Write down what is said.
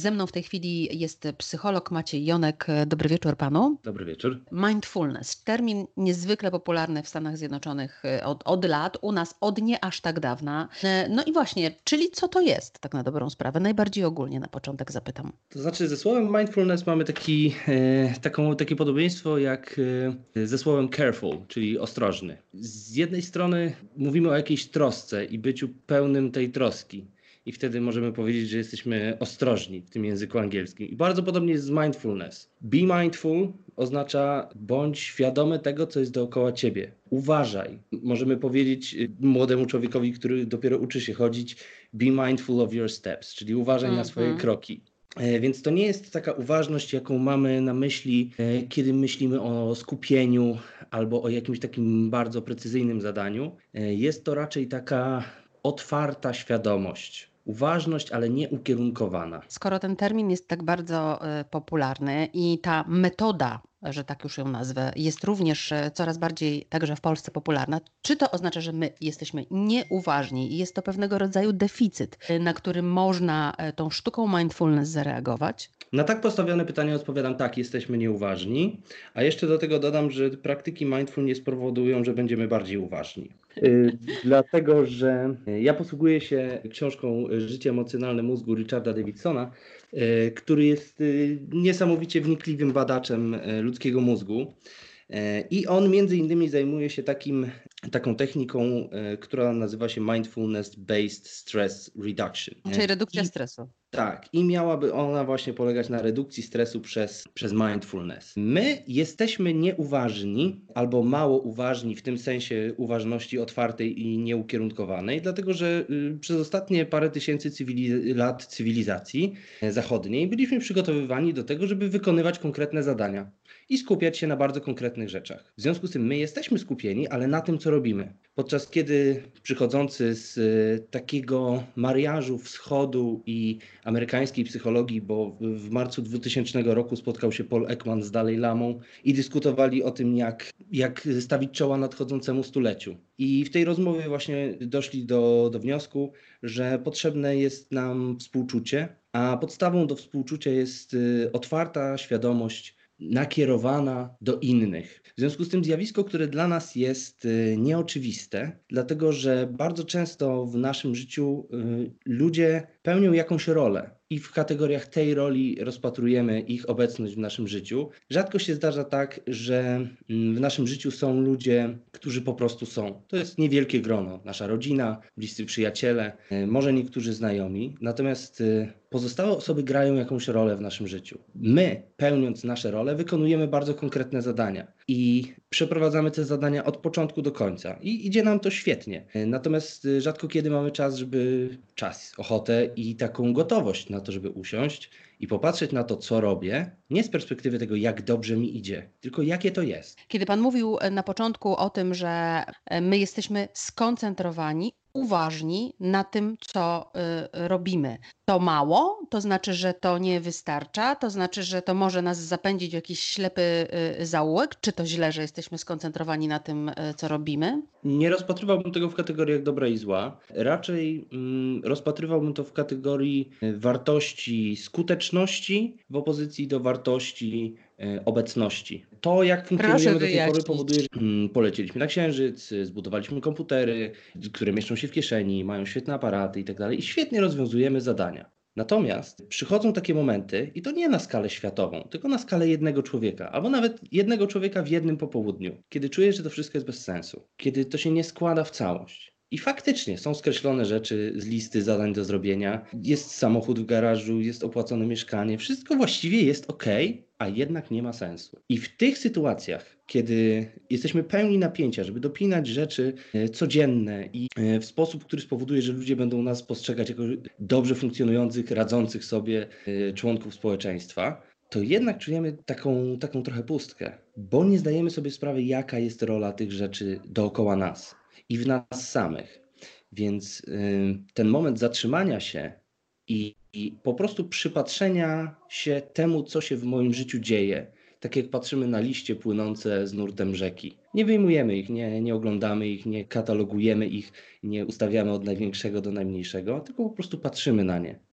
Ze mną w tej chwili jest psycholog Maciej Jonek. Dobry wieczór panu. Dobry wieczór. Mindfulness, termin niezwykle popularny w Stanach Zjednoczonych od lat, u nas od nie aż tak dawna. No i właśnie, czyli co to jest tak na dobrą sprawę? Najbardziej ogólnie na początek zapytam. To znaczy ze słowem mindfulness mamy takie podobieństwo jak ze słowem careful, czyli ostrożny. Z jednej strony mówimy o jakiejś trosce i byciu pełnym tej troski. I wtedy możemy powiedzieć, że jesteśmy ostrożni w tym języku angielskim. I bardzo podobnie jest z mindfulness. Be mindful oznacza bądź świadomy tego, co jest dookoła ciebie. Uważaj. Możemy powiedzieć młodemu człowiekowi, który dopiero uczy się chodzić, be mindful of your steps, czyli uważaj na swoje kroki. Więc to nie jest taka uważność, jaką mamy na myśli, kiedy myślimy o skupieniu albo o jakimś takim bardzo precyzyjnym zadaniu. Jest to raczej taka otwarta świadomość. Uważność, ale nie ukierunkowana. Skoro ten termin jest tak bardzo popularny i ta metoda, że tak już ją nazwę, jest również coraz bardziej także w Polsce popularna, czy to oznacza, że my jesteśmy nieuważni i jest to pewnego rodzaju deficyt, na który można tą sztuką mindfulness zareagować? Na tak postawione pytanie odpowiadam tak, jesteśmy nieuważni, a jeszcze do tego dodam, że praktyki mindfulness powodują, że będziemy bardziej uważni. Dlatego, że ja posługuję się książką Życie emocjonalne mózgu Richarda Davidsona, który jest niesamowicie wnikliwym badaczem ludzkiego mózgu. I on między innymi zajmuje się taką techniką, która nazywa się Mindfulness-Based Stress Reduction. Czyli redukcja stresu. Tak, i miałaby ona właśnie polegać na redukcji stresu przez mindfulness. My jesteśmy nieuważni albo mało uważni w tym sensie uważności otwartej i nieukierunkowanej, dlatego że przez ostatnie parę tysięcy lat cywilizacji zachodniej byliśmy przygotowywani do tego, żeby wykonywać konkretne zadania i skupiać się na bardzo konkretnych rzeczach. W związku z tym my jesteśmy skupieni, ale na tym, co robimy. Podczas kiedy przychodzący z takiego mariażu wschodu i amerykańskiej psychologii, bo w marcu 2000 roku spotkał się Paul Ekman z Dalai Lamą i dyskutowali o tym, jak stawić czoła nadchodzącemu stuleciu. I w tej rozmowie właśnie doszli do wniosku, że potrzebne jest nam współczucie, a podstawą do współczucia jest otwarta świadomość nakierowana do innych. W związku z tym zjawisko, które dla nas jest nieoczywiste, dlatego że bardzo często w naszym życiu ludzie pełnią jakąś rolę i w kategoriach tej roli rozpatrujemy ich obecność w naszym życiu. Rzadko się zdarza tak, że w naszym życiu są ludzie, którzy po prostu są. To jest niewielkie grono. Nasza rodzina, bliscy przyjaciele, może niektórzy znajomi. Natomiast pozostałe osoby grają jakąś rolę w naszym życiu. My, pełniąc nasze role, wykonujemy bardzo konkretne zadania i przeprowadzamy te zadania od początku do końca i idzie nam to świetnie. Natomiast rzadko kiedy mamy ochotę i taką gotowość na to, żeby usiąść i popatrzeć na to, co robię, nie z perspektywy tego, jak dobrze mi idzie, tylko jakie to jest. Kiedy pan mówił na początku o tym, że my jesteśmy skoncentrowani, uważni na tym, co robimy. To mało? To znaczy, że to nie wystarcza? To znaczy, że to może nas zapędzić w jakiś ślepy zaułek? Czy to źle, że jesteśmy skoncentrowani na tym, co robimy? Nie rozpatrywałbym tego w kategoriach dobra i zła. Raczej rozpatrywałbym to w kategorii wartości skuteczności w opozycji do wartości obecności. To, jak funkcjonujemy do tej pory, powoduje, że polecieliśmy na Księżyc, zbudowaliśmy komputery, które mieszczą się w kieszeni, mają świetne aparaty i tak dalej i świetnie rozwiązujemy zadania. Natomiast przychodzą takie momenty, i to nie na skalę światową, tylko na skalę jednego człowieka, albo nawet jednego człowieka w jednym popołudniu, kiedy czujesz, że to wszystko jest bez sensu, kiedy to się nie składa w całość. I faktycznie są skreślone rzeczy z listy zadań do zrobienia, jest samochód w garażu, jest opłacone mieszkanie, wszystko właściwie jest ok, a jednak nie ma sensu. I w tych sytuacjach, kiedy jesteśmy pełni napięcia, żeby dopinać rzeczy codzienne i w sposób, który spowoduje, że ludzie będą nas postrzegać jako dobrze funkcjonujących, radzących sobie członków społeczeństwa, to jednak czujemy taką trochę pustkę, bo nie zdajemy sobie sprawy, jaka jest rola tych rzeczy dookoła nas i w nas samych. Więc ten moment zatrzymania się i po prostu przypatrzenia się temu, co się w moim życiu dzieje. Tak jak patrzymy na liście płynące z nurtem rzeki. Nie wyjmujemy ich, nie oglądamy ich, nie katalogujemy ich, nie ustawiamy od największego do najmniejszego, tylko po prostu patrzymy na nie.